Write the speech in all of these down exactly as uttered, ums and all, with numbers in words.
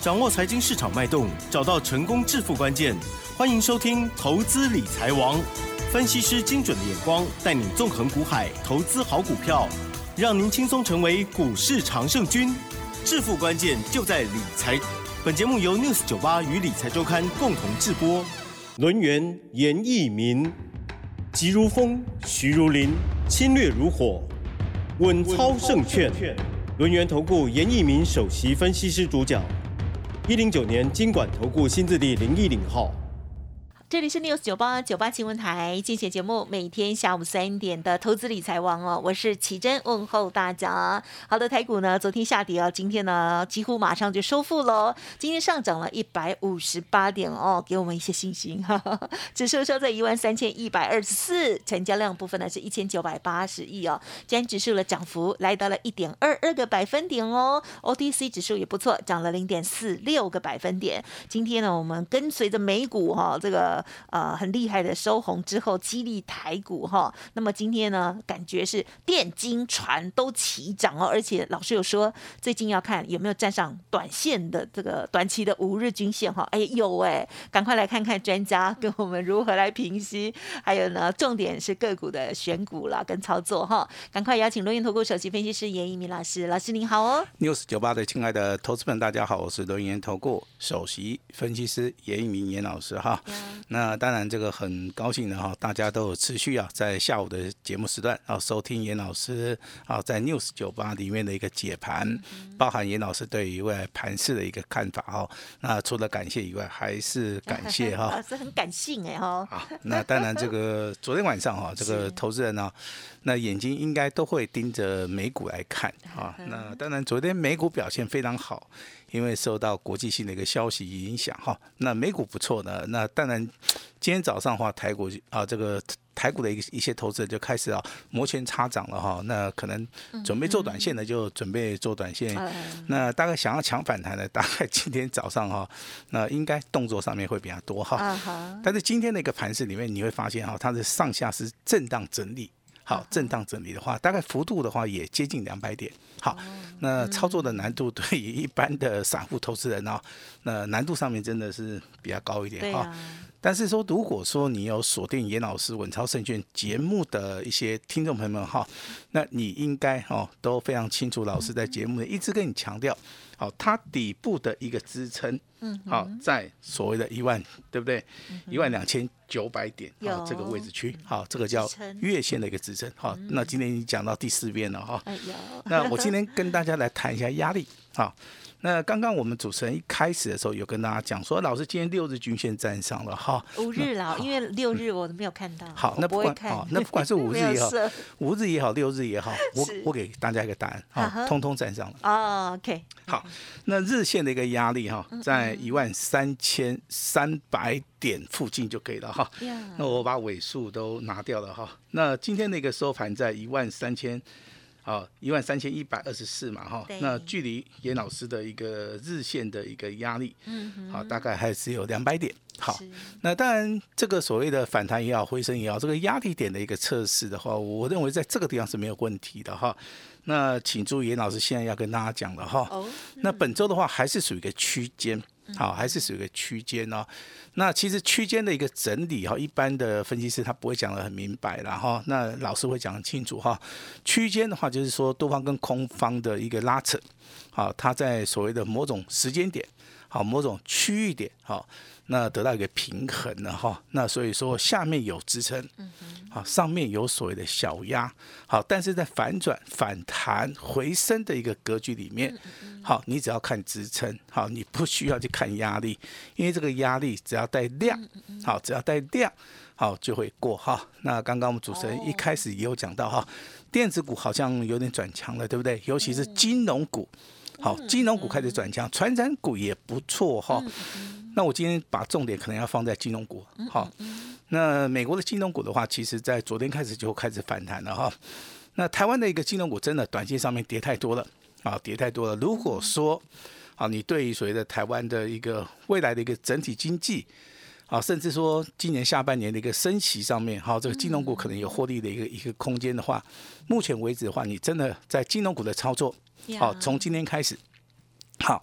掌握财经市场脉动，找到成功致富关键。欢迎收听《投资理财王》，分析师精准的眼光，带你纵横股海，投资好股票，让您轻松成为股市常胜军。致富关键就在理财。本节目由 News 九十八与理财周刊共同制播。轮源严义民，急如风，徐如林，侵略如火，稳操胜券。轮源投顾严义民首席分析师主讲。一零九年金管投顾新字第零一零号。 这里是 News 九八九八新闻台竞选节目，每天下午三点的投资理财王哦，我是奇珍，问候大家。好的，台股呢昨天下跌哦，今天呢几乎马上就收复了，今天上涨了一百五十八点哦，给我们一些信心。哈哈，指数收在一万三千一百二十四，成交量部分呢是一千九百八十亿哦，今天指数的涨幅来到了一点二二个百分点哦 ，O T C 指数也不错，涨了零点四六个百分点。今天呢，我们跟随着美股哈、哦、这个。呃，很厉害的收红之后，激励台股哈。那么今天呢，感觉是电金船都齐涨哦，而且老师有说，最近要看有没有站上短线的这个短期的五日均线哈。哎，有哎，赶快来看看专家跟我们如何来评析。还有呢，重点是个股的选股啦跟操作哈。赶快邀请轮源投顾首席分析师严一鸣老师，老师您好哦。 News 九十八的亲爱的投资们，大家好，我是轮源投顾首席分析师严一鸣严老师哈。那当然，这个很高兴的哈，大家都有持续啊，在下午的节目时段啊收听严老师啊在 News 九十八里面的一个解盘，包含严老师对于未来盘势的一个看法哈。那除了感谢以外，还是感谢哈， 老师很感性哎哈。 好，那当然这个昨天晚上哈，这个投资人呢，那眼睛应该都会盯着美股来看啊。那当然昨天美股表现非常好。因为受到国际性的一个消息影响哈，那美股不错呢。那当然，今天早上的话，台股啊这个台股的一一些投资人就开始啊摩拳擦掌了哈。那可能准备做短线的就准备做短线，嗯、那大概想要抢反弹的，大概今天早上哈，那应该动作上面会比较多哈。嗯、但是今天的一个盘势里面，你会发现哈，它的上下是震荡整理。好，震荡整理的话，大概幅度的话也接近两百点。好，那操作的难度对于一般的散户投资人啊，那难度上面真的是比较高一点哈。但是说，如果说你有锁定严老师稳操胜券节目的一些听众朋友们哈，那你应该哦都非常清楚，老师在节目里一直跟你强调，好，它底部的一个支撑，好，在所谓的一万，对不对？一万两千九百点，好，这个位置区，好，这个叫月线的一个支撑，好，那今天已经讲到第四遍了哈，那我今天跟大家来谈一下压力，好。那刚刚我们主持人一开始的时候有跟大家讲说，老师今天六日均线站上了哈， 五日啦，因为六日我没有看到。 好，那不管好，那不管是五日也好，五日也好，六日也好，我我给大家一个答案，好，通通站上了。 哦 ，OK。 好，那日线的一个压力哈，在一万三千三百点附近就可以了哈。那我把尾数都拿掉了哈。那今天的一个收盘在一万三千。好，一万三千一百二十四嘛，哈，那距离严老师的一个日线的一个压力，嗯，好，大概还是有两百点。好，那当然这个所谓的反弹也好，回升也好，这个压力点的一个测试的话，我认为在这个地方是没有问题的哈。那请注意，严老师现在要跟大家讲了哈。哦，嗯、那本周的话还是属于一个区间。好，还是属于一个区间哦。那其实区间的一个整理哈，一般的分析师他不会讲得很明白啦哈。那老师会讲得清楚哈。区间的话，就是说多方跟空方的一个拉扯，好，它在所谓的某种时间点，好，某种区域点，好，那得到一个平衡了哈。那所以说下面有支撑，好，上面有所谓的小压，好，但是在反转、反弹、回升的一个格局里面，好，你只要看支撑，好，你不需要去看压力，因为这个压力只要带量，好，只要带量，好就会过哈。那刚刚我们主持人一开始也有讲到哈，电子股好像有点转强了，对不对？尤其是金融股，好，金融股开始转强，传产股也不错哈。那我今天把重点可能要放在金融股，好。那美国的金融股的话，其实在昨天开始就开始反弹了哈。那台湾的一个金融股真的短线上面跌太多了啊，跌太多了。如果说啊，你对于所谓的台湾的一个未来的一个整体经济啊，甚至说今年下半年的一个升息上面，哈、啊，这个金融股可能有获利的一个一个空间的话，目前为止的话，你真的在金融股的操作，好、啊，从今天开始，好。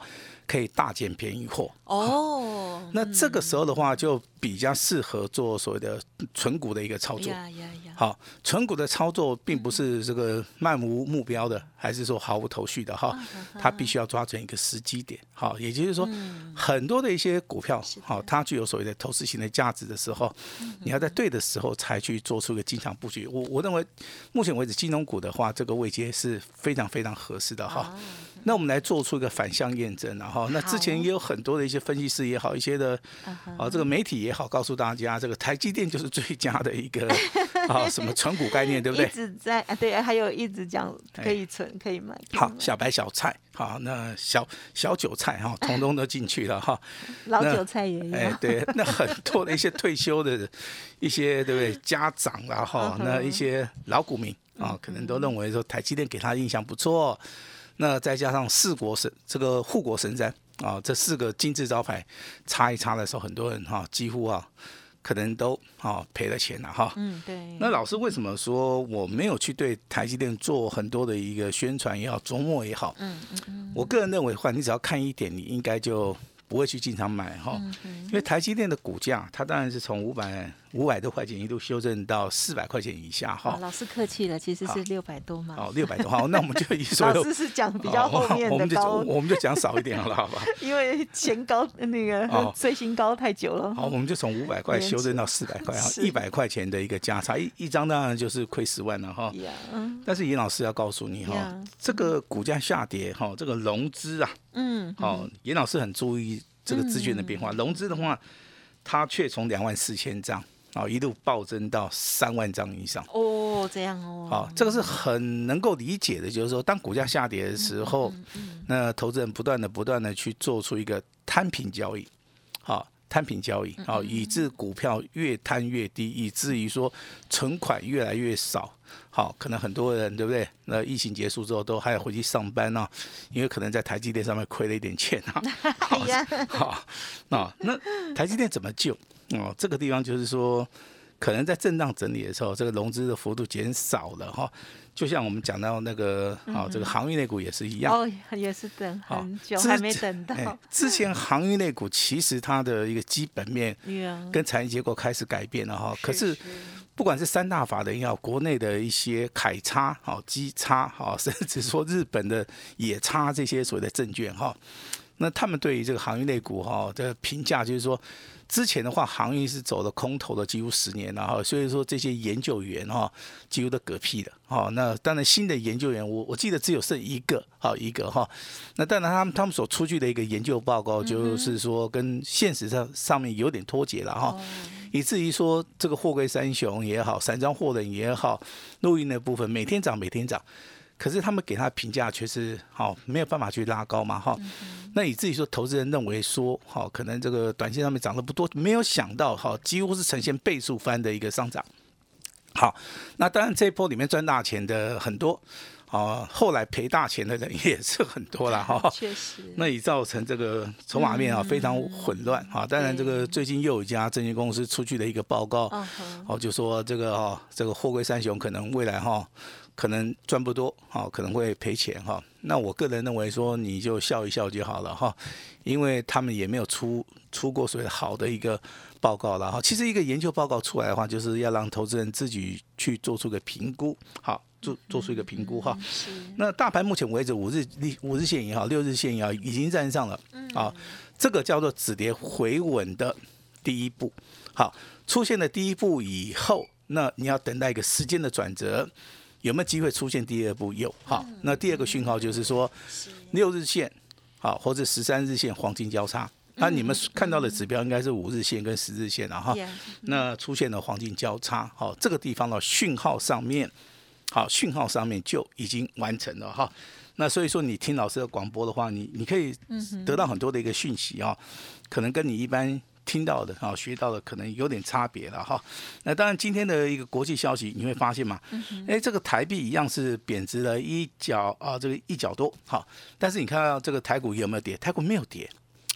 可以大捡便宜货。 哦， 那这个时候的话，就比较适合做所谓的存股的一个操作。 呀呀呀好，存股的操作并不是这个漫无目标的，还是说毫无头绪的哈，它必须要抓准一个时机点。好，也就是说，很多的一些股票，好，它具有所谓的投资型的价值的时候，你要在对的时候才去做出一个进场布局。我我认为，目前为止金融股的话，这个位阶是非常非常合适的哈。那我们来做出一个反向验证，然后那之前也有很多的一些分析师也好，一些的啊这个媒体也好，告诉大家这个台积电就是最佳的一个啊什么存股概念，对不对？ 一直在啊，对，还有一直讲可以存、可以买。 好，小白小菜，好，那小小韭菜哈，统统都进去了哈。 老韭菜也有。 哎，对，那很多的一些退休的一些对不对家长啦哈，那一些老股民啊，可能都认为说台积电给他印象不错。那再加上四国神这个护国神山啊，这四个金字招牌擦一擦的时候，很多人哈、啊、几乎啊可能都啊赔了钱了哈。 嗯，对。 那老师为什么说我没有去对台积电做很多的一个宣传也好，琢磨也好？嗯嗯嗯。我个人认为的话，你只要看一点，你应该就不会去进场买哈，因为台积电的股价，它当然是从五百五百多块钱一路修正到四百块钱以下哈。 老师客气了，其实是六百多嘛。 哦，六百多好，那我们就以所老师是讲比较后面的高， 哦、我, 们我们就讲少一点好了，好吧？ 因为前高那个最新高太久了。 好，我们就从五百块修正到四百块，一百块钱的一个价差，一一张当然就是亏十万了哈。但是严老师要告诉你哈，这个股价下跌哈，这个融资啊，嗯，好，严老师很注意这个资券的变化，融资的话，它却从两万四千张。啊，一路暴增到三万张以上哦，这样哦。 好，这个是很能够理解的，就是说，当股价下跌的时候，嗯嗯嗯、那投资人不断的、不断的去做出一个摊平交易，好，摊平交易，好，以致股票越摊越低，以至于说存款越来越少。好，可能很多人对不对？那疫情结束之后都还要回去上班啊，因为可能在台积电上面亏了一点钱啊。好，好，那那台积电怎么救？哦，这个地方就是说，可能在震荡整理的时候，这个融资的幅度减少了哈。就像我们讲到那个啊、哦，这个航运类股也是一样。 哦，也是等很久、哦、还没等到、哎。 之前航运类股其实它的一个基本面跟产业结构开始改变了哈，可是。不管是三大法人也好，国内的一些凯差、好基差、好，甚至说日本的野差这些所谓的证券哈，那他们对于这个航运类股哈的评价就是说，之前的话航运是走了空头的几乎十年了哈，所以说这些研究员哈几乎都嗝屁了哈。那当然新的研究员我我记得只有剩一个好一个哈，那当然他们他们所出具的一个研究报告就是说跟现实上上面有点脱节了哈。以至于说这个货柜三雄也好，散装货人也好，陆运的部分每天涨每天涨，可是他们给他的评价却是好、哦、没有办法去拉高嘛哈、哦嗯，那以至于说投资人认为说好、哦、可能这个短线上面涨得不多，没有想到哈、哦、几乎是呈现倍数翻的一个上涨。好，那当然这一波里面赚大钱的很多。哦，后来赔大钱的人也是很多了哈， 确实， 那也造成这个筹码面啊非常混乱啊。当然，这个最近又有一家证券公司出具了一个报告，哦，就说这个哈，这个货柜三雄可能未来哈可能赚不多，哈，可能会赔钱哈。那我个人认为说，你就笑一笑就好了哈，因为他们也没有出出过所谓好的一个报告了哈。其实一个研究报告出来的话，就是要让投资人自己去做出个评估，好。做做出一个评估哈、嗯，那大盘目前为止五日五日线也好，六日线也好，已经站上了，嗯、啊，这个叫做止跌回稳的第一步。好，出现了第一步以后，那你要等待一个时间的转折，有没有机会出现第二步？有。好，那第二个讯号就是说，六日线好，或者十三日线黄金交叉。那你们看到的指标应该是五日线跟十日线了哈，那出现了黄金交叉，好，这个地方的讯号上面。好，讯号上面就已经完成了哈。那所以说，你听老师的广播的话，你你可以得到很多的一个讯息啊，可能跟你一般听到的啊、学到的可能有点差别了哈。那当然，今天的一个国际消息，你会发现嘛，哎，这个台币一样是贬值了一角啊，这个一角多好，但是你看到这个台股有没有跌？台股没有跌。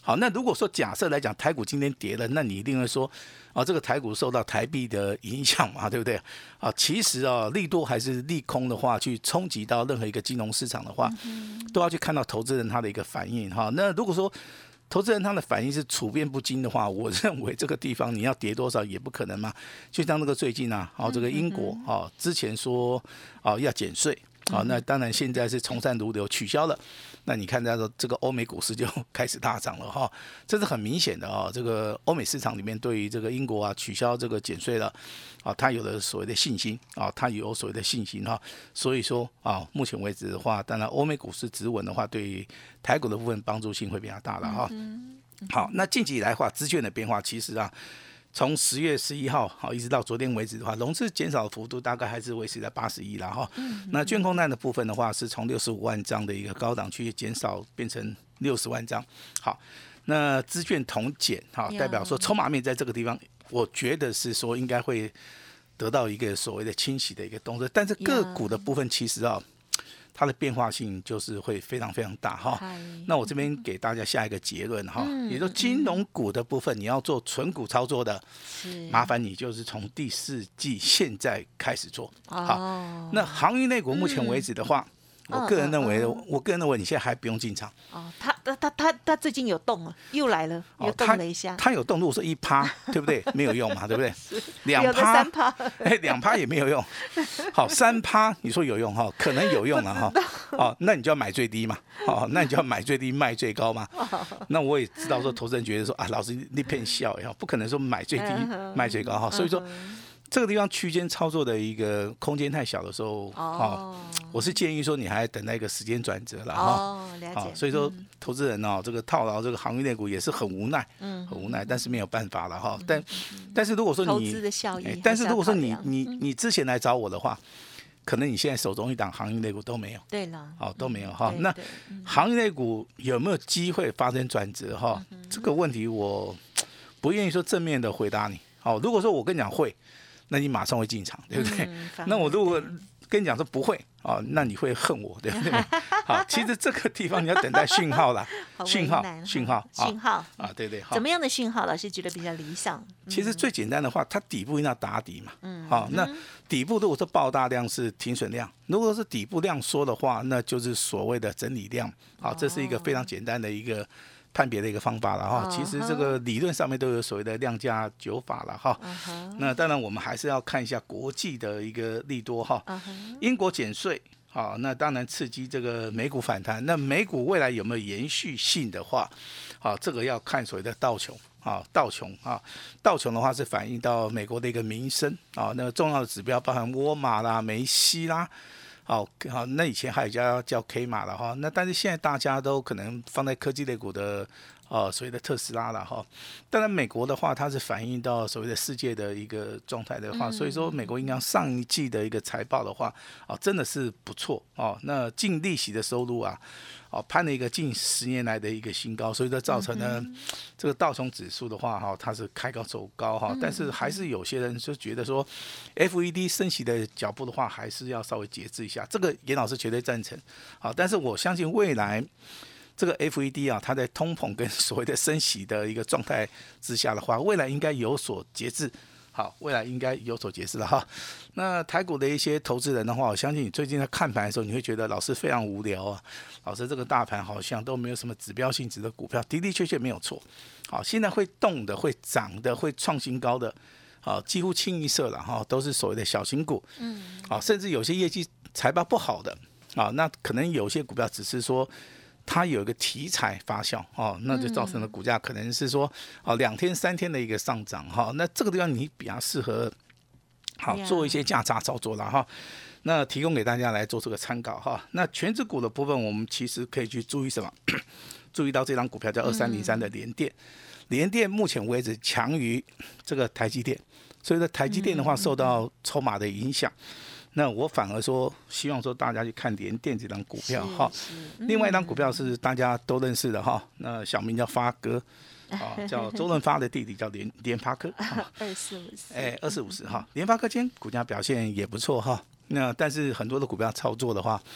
好，那如果说假设来讲，台股今天跌了，那你一定会说，啊，这个台股受到台币的影响嘛，对不对？啊，其实啊，利多还是利空的话，去冲击到任何一个金融市场的话，都要去看到投资人他的一个反应哈。那如果说投资人他的反应是处变不惊的话，我认为这个地方你要跌多少也不可能嘛。就像那个最近啊，哦，这个英国哦，之前说哦要减税。好，那当然现在是从善如流，取消了。那你看，到这个欧美股市就开始大涨了哈，这是很明显的啊。这个欧美市场里面对于这个英国啊取消这个减税了，啊，它有了所谓的信心啊，它有所谓的信心哈。所以说啊，目前为止的话，当然欧美股市止稳的话，对于台股的部分帮助性会比较大了哈。好，那近期以来的话，资券的变化其实啊。从十月十一号好一直到昨天为止的话，融资减少的幅度大概还是维持在八十亿啦哈。那券空单的部分的话，是从六十五万张的一个高档区减少变成六十万张。好，那资券同减哈，代表说筹码面在这个地方，我觉得是说应该会得到一个所谓的清洗的一个动作。但是个股的部分其实啊。它的变化性就是会非常非常大哈。那我这边给大家下一个结论哈，嗯、也就是金融股的部分，你要做纯股操作的，麻烦你就是从第四季现在开始做。哦、好，那航运类股目前为止的话。嗯我个人认为，嗯嗯、我个人认为你现在还不用进场。 哦，他他他他他最近有动了，又来了，又动了一下。 他有动，如果说一趴，对不对？没有用嘛，对不对？两趴，三趴，哎，两趴也没有用。好，三趴，你说有用哈？可能有用了哈。哦，那你就要买最低嘛。哦，那你就要买最低，卖最高嘛。那我也知道说，投资人觉得说啊，老师那骗笑呀，不可能说买最低卖最高哈。所以说。这个地方区间操作的一个空间太小的时候，哦，我是建议说你还等待一个时间转折了哈。 哦，了解。 所以说投资人哦，这个套牢这个航运类股也是很无奈，嗯，很无奈，但是没有办法了哈。但但是如果说你投资的效益， 但是如果说你你你之前来找我的话，可能你现在手中一档航运类股都没有。 对了， 哦，都没有哈。那航运类股有没有机会发生转折哈？这个问题我不愿意说正面的回答你。好，如果说我跟你讲会。那你马上会进场，对不对？嗯、那我如果跟你讲说不会啊、哦，那你会恨我，对不对？好，其实这个地方你要等待讯号啦，讯号，讯号， 讯号啊，对对。 怎么样的讯号老师觉得比较理想？ 嗯、其实最简单的话，它底部一定要打底嘛。嗯。好，那底部如果说爆大量是停损量，如果是底部量缩的话，那就是所谓的整理量。好，这是一个非常简单的一个。判别的一个方法了哈，其实这个理论上面都有所谓的量价九法了哈。那当然我们还是要看一下国际的一个利多哈。英国减税，好，那当然刺激这个美股反弹。那美股未来有没有延续性的话，好，这个要看所谓的道琼啊，道琼啊，道琼的话是反映到美国的一个民生啊，那个重要的指标包含沃尔玛啦、梅西啦。好，好，那以前还有一家叫 K 码了哈，那但是现在大家都可能放在科技类股的呃所谓的特斯拉了哈。当然美国的话，它是反映到所谓的世界的一个状态的话，所以说美国银行上一季的一个财报的话，哦真的是不错哦。那净利息的收入啊，哦攀了一个近十年来的一个新高，所以说造成呢、嗯、这个道琼指数的话哈，它是开高走高哈，但是还是有些人就觉得说 F E D 升息的脚步的话，还是要稍微节制一下。这个严老师绝对赞成，好，但是我相信未来这个 F E D 啊，它在通膨跟所谓的升息的一个状态之下的话，未来应该有所节制。好，未来应该有所节制了哈。那台股的一些投资人的话，我相信你最近在看盘的时候，你会觉得老师非常无聊啊。老师这个大盘好像都没有什么指标性质的股票，的的确确没有错。好，现在会动的、会涨的、会创新高的，好，几乎清一色了哈，都是所谓的小型股。嗯。好，甚至有些业绩财报不好的，啊，那可能有些股票只是说。它有一个题材发酵哦，那就造成了股价可能是说哦两天三天的一个上涨哈、哦，那这个地方你比较适合好做一些价差操作了哈、哦。那提供给大家来做这个参考哈、哦。那全指股的部分，我们其实可以去注意什么？注意到这张股票叫二三零三的联电，联电目前为止强于这个台积电，所以说台积电的话受到筹码的影响。那我反而说，希望说大家去看联电这张股票哈。另外一张股票是大家都认识的哈，那小名叫发哥，啊，叫周润发的弟弟叫联联发科。 二四五四。 哎，二四五四哈，联发科今天股价表现也不错哈。那但是很多的股票操作的话，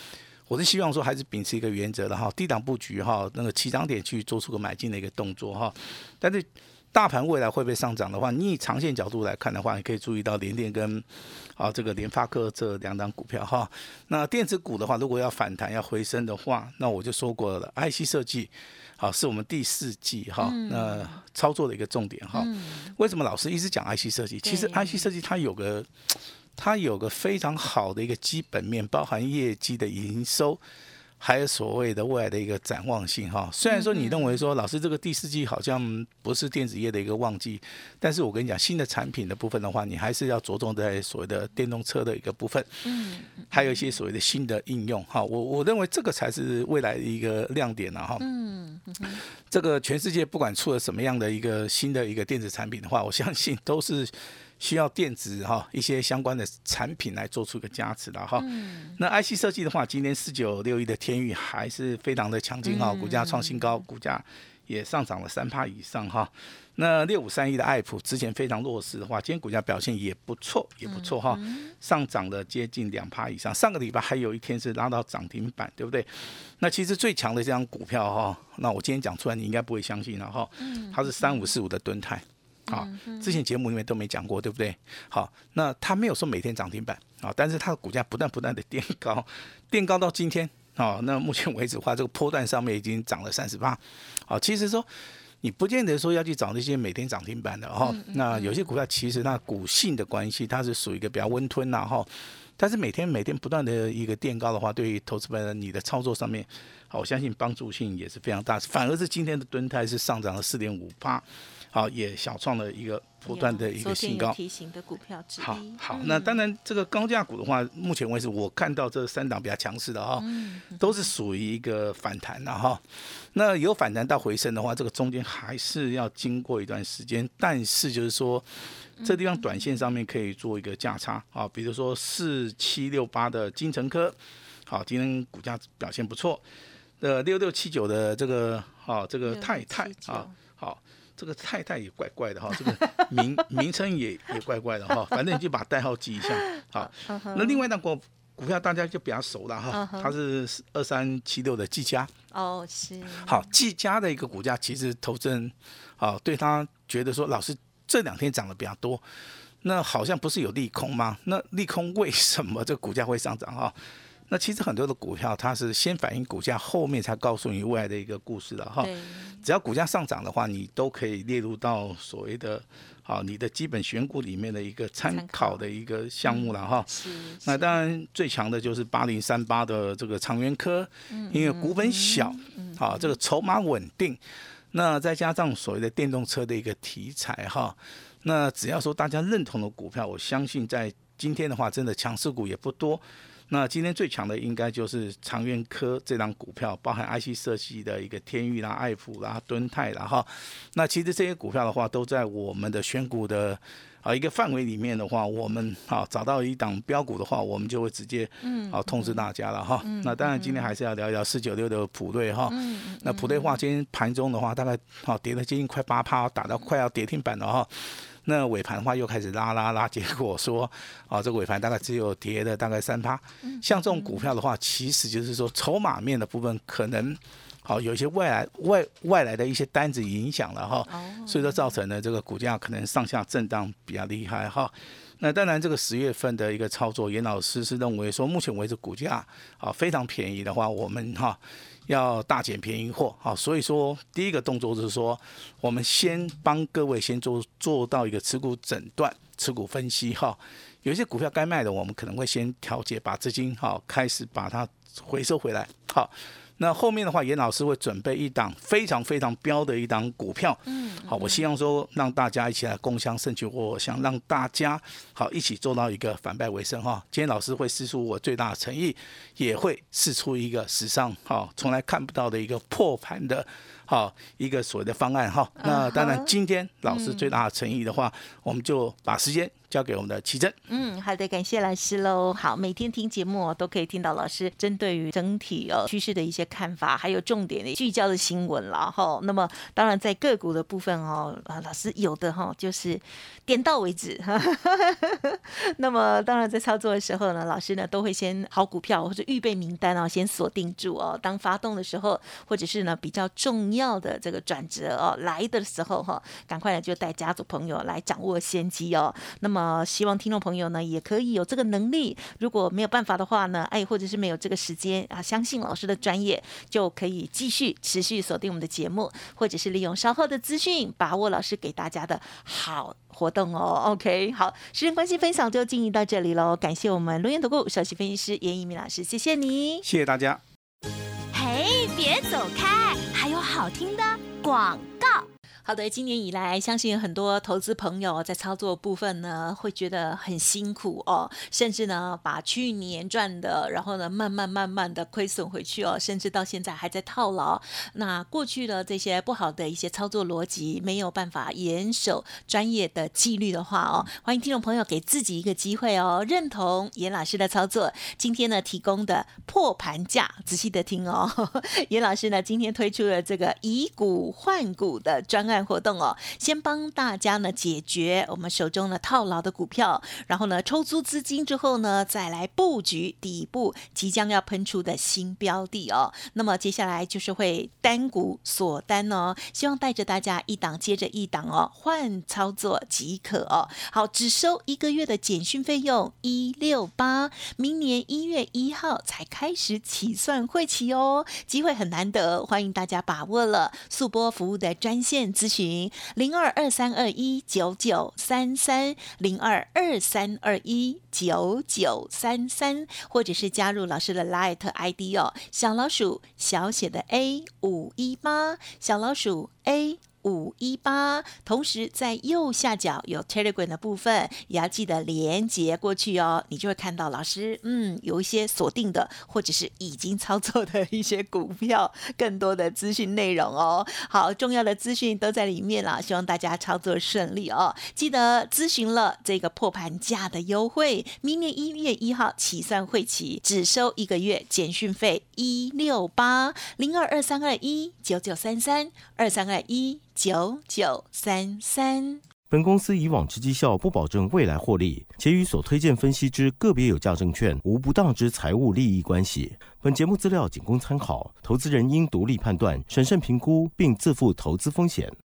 我是希望说还是秉持一个原则的哈，低档布局哈，那个起涨点去做出个买进的一个动作哈。但是大盘未来会不会上涨的话，你以长线角度来看的话，你可以注意到联电跟啊这个联发科这两档股票哈。那电子股的话，如果要反弹要回升的话，那我就说过了 ，I C 设计好是我们第四季哈那操作的一个重点哈。为什么老师一直讲 I C 设计？其实 I C 设计它有个它有个非常好的一个基本面，包含业绩的营收。还有所谓的未来的一个展望性哈，虽然说你认为说老师这个第四季好像不是电子业的一个旺季，但是我跟你讲新的产品的部分的话，你还是要着重在所谓的电动车的一个部分，嗯，还有一些所谓的新的应用哈，我我认为这个才是未来的一个亮点了哈，嗯，这个全世界不管出了什么样的一个新的一个电子产品的话，我相信都是。需要电子哈一些相关的产品来做出一个加持的哈。嗯、那 I C 设计的话，今天四九六一的天钰还是非常的强劲哈，股价创新高，股价也上涨了三趴以上哈。那六五三一的爱普之前非常弱势的话，今天股价表现也不错，也不错哈，上涨了接近两趴以上。上个礼拜还有一天是拉到涨停板，对不对？那其实最强的这张股票哈，那我今天讲出来你应该不会相信了哈，它是三五四五的敦泰。好，之前节目里面都没讲过，对不对？好，那它没有说每天涨停板啊，但是它的股价不断不断的垫高，垫高到今天，好，那目前为止的话，这个波段上面已经涨了三十八。好，其实说你不见得说要去找那些每天涨停板的哈，那有些股票其实它股性的关系，它是属于一个比较温吞呐哈。但是每天每天不断的一个垫高的话，对于投资人你的操作上面，好，我相信帮助性也是非常大。反而是今天的敦泰是上涨了四点五趴。好，也小创了一个波段的一个新高。 提醒的股票之一。 好，好，那当然这个高价股的话，目前为止我看到这三档比较强势的哈，都是属于一个反弹的哈。那有反弹到回升的话，这个中间还是要经过一段时间，但是就是说，这地方短线上面可以做一个价差啊，比如说四七六八的精诚科，好，今天股价表现不错。呃，六六七九的这个好，这个太太啊，好。这个太太也怪怪的哈，这个名名称也也怪怪的哈，反正你就把代号记一下。好，那另外一档股股票大家就比较熟了哈，它是二三七六的技嘉。 哦，是。 好，技嘉的一个股价其实投资人啊对他觉得说，老师这两天涨得比较多，那好像不是有利空吗？那利空为什么这个股价会上涨哈？那其实很多的股票它是先反映股价，后面才告诉你未来的一个故事的哈。只要股价上涨的话，你都可以列入到所谓的好你的基本选股里面的一个参考的一个项目了哈。那当然最强的就是八零三八的这个长源科，因为股本小，好这个筹码稳定，那再加上所谓的电动车的一个题材哈，那只要说大家认同的股票，我相信在今天的话，真的强势股也不多。那今天最强的应该就是长源科这档股票，包含 I C 设计的一个天钰啦、爱普啦、敦泰啦哈。那其实这些股票的话，都在我们的选股的啊一个范围里面的话，我们啊找到一档标股的话，我们就会直接啊通知大家了哈。那当然今天还是要聊一聊四九六的普瑞哈。那普瑞话今天盘中的话，大概啊跌了接近快八趴，打到快要跌停板了哈。那尾盘的话又开始拉拉拉，结果说啊，这个尾盘大概只有跌了大概三趴。像这种股票的话，其实就是说筹码面的部分可能好有一些外来外外来的一些单子影响了哈，所以说造成了这个股价可能上下震荡比较厉害哈。那当然，这个十月份的一个操作，严老师是认为说，目前为止股价啊非常便宜的话，我们哈。要大捡便宜货，好，所以说第一个动作就是说，我们先帮各位先做做到一个持股诊断、持股分析哈。有一些股票该卖的，我们可能会先调节，把资金哈开始把它回收回来，好。那后面的话，严老师会准备一档非常非常标的一档股票，嗯，好，我希望说让大家一起来共襄盛举，我想让大家好一起做到一个反败为胜哈。今天老师会释出我最大的诚意，也会释出一个史上哈从来看不到的一个破盘的好一个所谓的方案哈。那当然，今天老师最大的诚意的话，我们就把时间交交给我们的奇珍。 嗯，好的，感谢老师喽。好，每天听节目、哦、都可以听到老师针对于整体哦趋势的一些看法，还有重点的聚焦的新闻啦。哈，那么当然在个股的部分哦，啊，老师有的哈、哦、就是点到为止。那么当然在操作的时候呢，老师呢都会先好股票或者预备名单哦，先锁定住哦。当发动的时候，或者是呢比较重要的这个转折哦来的时候哈、哦，赶快呢就带家族朋友来掌握先机哦。那么希望听众朋友呢也可以有这个能力，如果没有办法的话呢，哎，或者是没有这个时间啊，相信老师的专业，就可以继续持续锁定我们的节目，或者是利用稍后的资讯，把握老师给大家的好活动哦。 OK， 好，时间关系分享就进行到这里咯，感谢我们轮源投顾首席分析师严一鸣老师，谢谢你， 谢谢大家。 嘿，别走开，还有好听的广告。 好的，今年以来，相信很多投资朋友在操作部分呢，会觉得很辛苦哦，甚至呢，把去年赚的，然后呢，慢慢慢慢的亏损回去哦，甚至到现在还在套牢。那过去的这些不好的一些操作逻辑，没有办法严守专业的纪律的话哦，欢迎听众朋友给自己一个机会哦，认同严老师的操作。今天呢，提供的破盘价，仔细的听哦，严老师呢，今天推出了这个以股换股的专案活动哦，先帮大家呢解决我们手中的套牢的股票，然后呢抽出资金之后呢，再来布局底部即将要喷出的新标的哦。那么接下来就是会单股锁单哦，希望带着大家一档接着一档哦，换操作即可哦。好，只收一个月的简讯费用一六八，明年一月一号才开始起算会期哦，机会很难得，欢迎大家把握了。速播服务的专线咨询零二二三二一九九三三零二二三二一九九三三，或者是加入老师的 Light I D 哦，小老鼠小写的 A 五一八，小老鼠 A五一八，同时在右下角有 Telegram 的部分，也要记得连接过去哦，你就会看到老师嗯有一些锁定的或者是已经操作的一些股票，更多的资讯内容哦。好，重要的资讯都在里面了，希望大家操作顺利哦。记得咨询了这个破盘价的优惠，明年一月一号起算会期，只收一个月简讯费一六八零二二三二一九九三三二三二一九九三三。 本公司以往之绩效不保证未来获利，且与所推荐分析之个别有价证券无不当之财务利益关系。本节目资料仅供参考，投资人应独立判断、审慎评估，并自负投资风险。